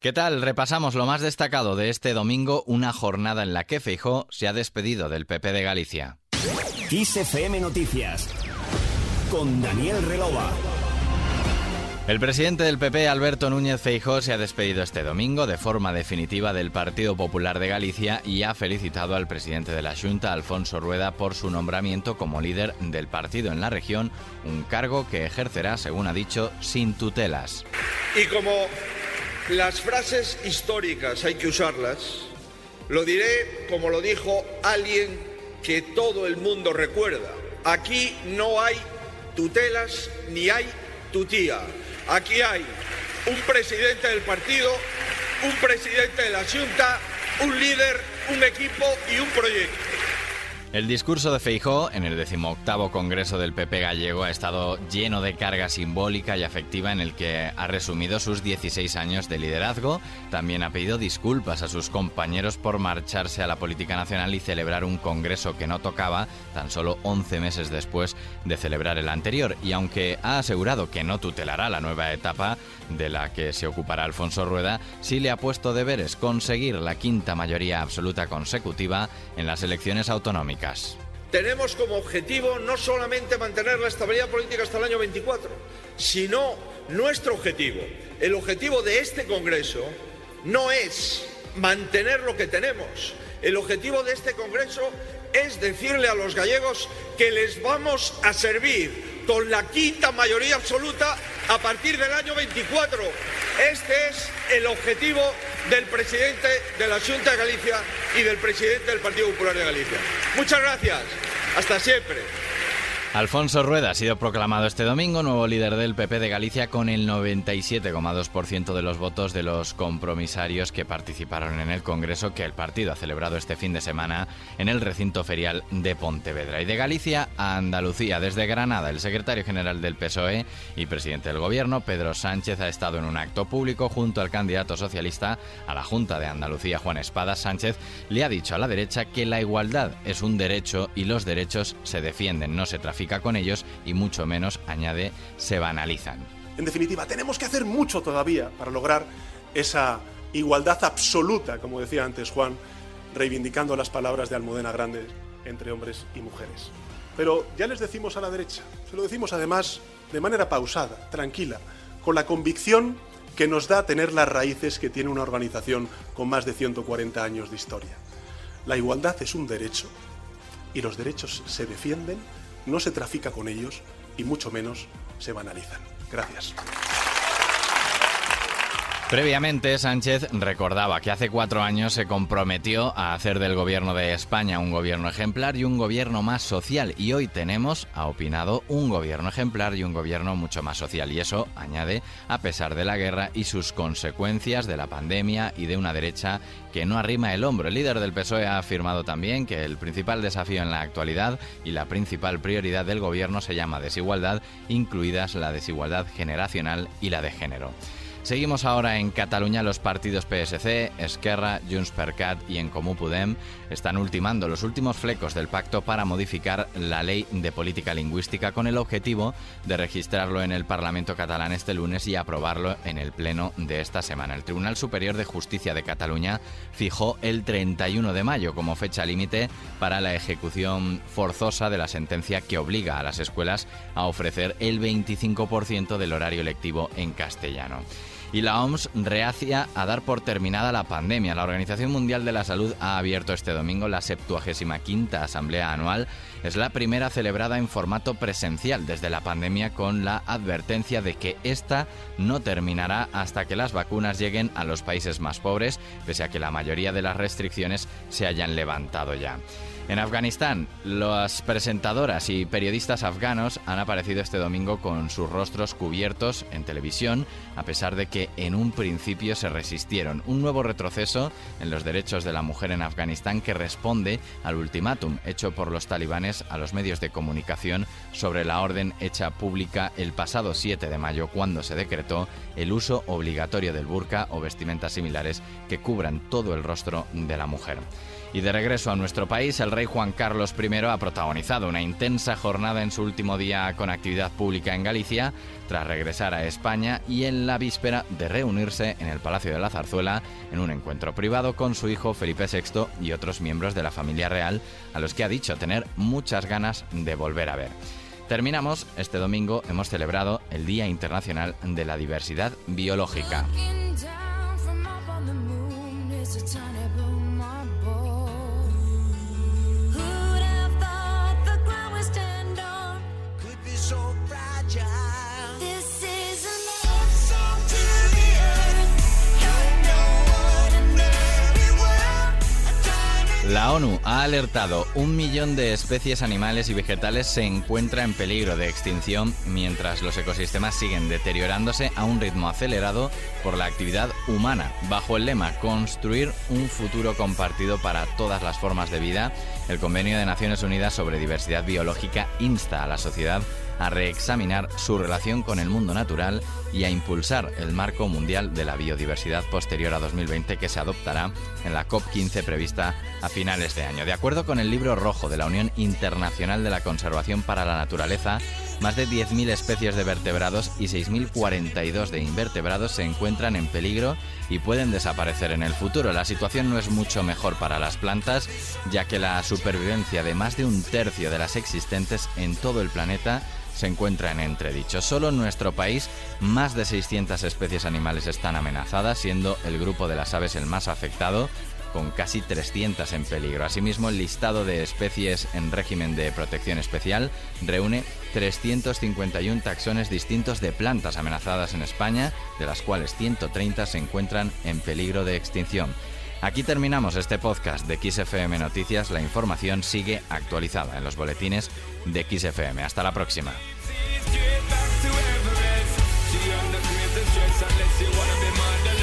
¿Qué tal? Repasamos lo más destacado de este domingo, una jornada en la que Feijóo se ha despedido del PP de Galicia. Kiss FM Noticias con Daniel Relova. El presidente del PP, Alberto Núñez Feijóo, se ha despedido este domingo de forma definitiva del Partido Popular de Galicia y ha felicitado al presidente de la Xunta, Alfonso Rueda, por su nombramiento como líder del partido en la región, un cargo que ejercerá, según ha dicho, sin tutelas. Y como las frases históricas hay que usarlas, lo diré como lo dijo alguien que todo el mundo recuerda. Aquí no hay tutelas ni hay tutía. Aquí hay un presidente del partido, un presidente de la Xunta, un líder, un equipo y un proyecto. El discurso de Feijóo en el 18º Congreso del PP gallego ha estado lleno de carga simbólica y afectiva en el que ha resumido sus 16 años de liderazgo. También ha pedido disculpas a sus compañeros por marcharse a la política nacional y celebrar un congreso que no tocaba tan solo 11 meses después de celebrar el anterior. Y aunque ha asegurado que no tutelará la nueva etapa de la que se ocupará Alfonso Rueda, sí le ha puesto deberes conseguir la quinta mayoría absoluta consecutiva en las elecciones autonómicas. Tenemos como objetivo no solamente mantener la estabilidad política hasta el año 24, sino nuestro objetivo. El objetivo de este Congreso no es mantener lo que tenemos. El objetivo de este Congreso es decirle a los gallegos que les vamos a servir con la quinta mayoría absoluta a partir del año 24. Este es el objetivo del presidente de la Xunta de Galicia y del presidente del Partido Popular de Galicia. Muchas gracias. Hasta siempre. Alfonso Rueda ha sido proclamado este domingo nuevo líder del PP de Galicia con el 97,2% de los votos de los compromisarios que participaron en el congreso que el partido ha celebrado este fin de semana en el recinto ferial de Pontevedra. Y de Galicia a Andalucía, desde Granada, el secretario general del PSOE y presidente del gobierno, Pedro Sánchez, ha estado en un acto público junto al candidato socialista a la Junta de Andalucía, Juan Espadas. Sánchez le ha dicho a la derecha que la igualdad es un derecho y los derechos se defienden, no se trafican con ellos y mucho menos, añade, se banalizan. En definitiva, tenemos que hacer mucho todavía para lograr esa igualdad absoluta, como decía antes Juan, reivindicando las palabras de Almudena Grandes entre hombres y mujeres. Pero ya les decimos a la derecha, se lo decimos además de manera pausada, tranquila, con la convicción que nos da tener las raíces que tiene una organización con más de 140 años de historia. La igualdad es un derecho y los derechos se defienden, no se trafica con ellos y mucho menos se banalizan. Gracias. Previamente, Sánchez recordaba que hace 4 años se comprometió a hacer del gobierno de España un gobierno ejemplar y un gobierno más social. Y hoy tenemos, ha opinado, un gobierno ejemplar y un gobierno mucho más social. Y eso, añade, a pesar de la guerra y sus consecuencias de la pandemia y de una derecha que no arrima el hombro. El líder del PSOE ha afirmado también que el principal desafío en la actualidad y la principal prioridad del gobierno se llama desigualdad, incluidas la desigualdad generacional y la de género. Seguimos ahora en Cataluña. Los partidos PSC, Esquerra, Junts per Cat y En Comú Podem están ultimando los últimos flecos del pacto para modificar la ley de política lingüística con el objetivo de registrarlo en el Parlamento catalán este lunes y aprobarlo en el pleno de esta semana. El Tribunal Superior de Justicia de Cataluña fijó el 31 de mayo como fecha límite para la ejecución forzosa de la sentencia que obliga a las escuelas a ofrecer el 25% del horario lectivo en castellano. Y la OMS reacia a dar por terminada la pandemia. La Organización Mundial de la Salud ha abierto este domingo la 75ª Asamblea Anual. Es la primera celebrada en formato presencial desde la pandemia, con la advertencia de que esta no terminará hasta que las vacunas lleguen a los países más pobres, pese a que la mayoría de las restricciones se hayan levantado ya. En Afganistán, las presentadoras y periodistas afganos han aparecido este domingo con sus rostros cubiertos en televisión, a pesar de que en un principio se resistieron. Un nuevo retroceso en los derechos de la mujer en Afganistán que responde al ultimátum hecho por los talibanes a los medios de comunicación sobre la orden hecha pública el pasado 7 de mayo, cuando se decretó el uso obligatorio del burka o vestimentas similares que cubran todo el rostro de la mujer. Y de regreso a nuestro país, el rey Juan Carlos I ha protagonizado una intensa jornada en su último día con actividad pública en Galicia, tras regresar a España y en la víspera de reunirse en el Palacio de la Zarzuela en un encuentro privado con su hijo Felipe VI y otros miembros de la familia real, a los que ha dicho tener muchas ganas de volver a ver. Terminamos, este domingo hemos celebrado el Día Internacional de la Diversidad Biológica. La ONU ha alertado 1 millón de especies animales y vegetales se encuentra en peligro de extinción mientras los ecosistemas siguen deteriorándose a un ritmo acelerado por la actividad humana. Bajo el lema Construir un futuro compartido para todas las formas de vida, el Convenio de Naciones Unidas sobre Diversidad Biológica insta a la sociedad a reexaminar su relación con el mundo natural y a impulsar el marco mundial de la biodiversidad posterior a 2020 que se adoptará en la COP15 prevista a finales de año. De acuerdo con el Libro Rojo de la Unión Internacional de la Conservación para la Naturaleza, más de 10.000 especies de vertebrados y 6.042 de invertebrados se encuentran en peligro y pueden desaparecer en el futuro. La situación no es mucho mejor para las plantas, ya que la supervivencia de más de un tercio de las existentes en todo el planeta se encuentra en entredicho. Solo en nuestro país, más de 600 especies animales están amenazadas, siendo el grupo de las aves el más afectado, con casi 300 en peligro. Asimismo, el listado de especies en régimen de protección especial reúne 351 taxones distintos de plantas amenazadas en España, de las cuales 130 se encuentran en peligro de extinción. Aquí terminamos este podcast de XFM Noticias. La información sigue actualizada en los boletines de XFM. Hasta la próxima. She under create the stress unless you wanna be mad.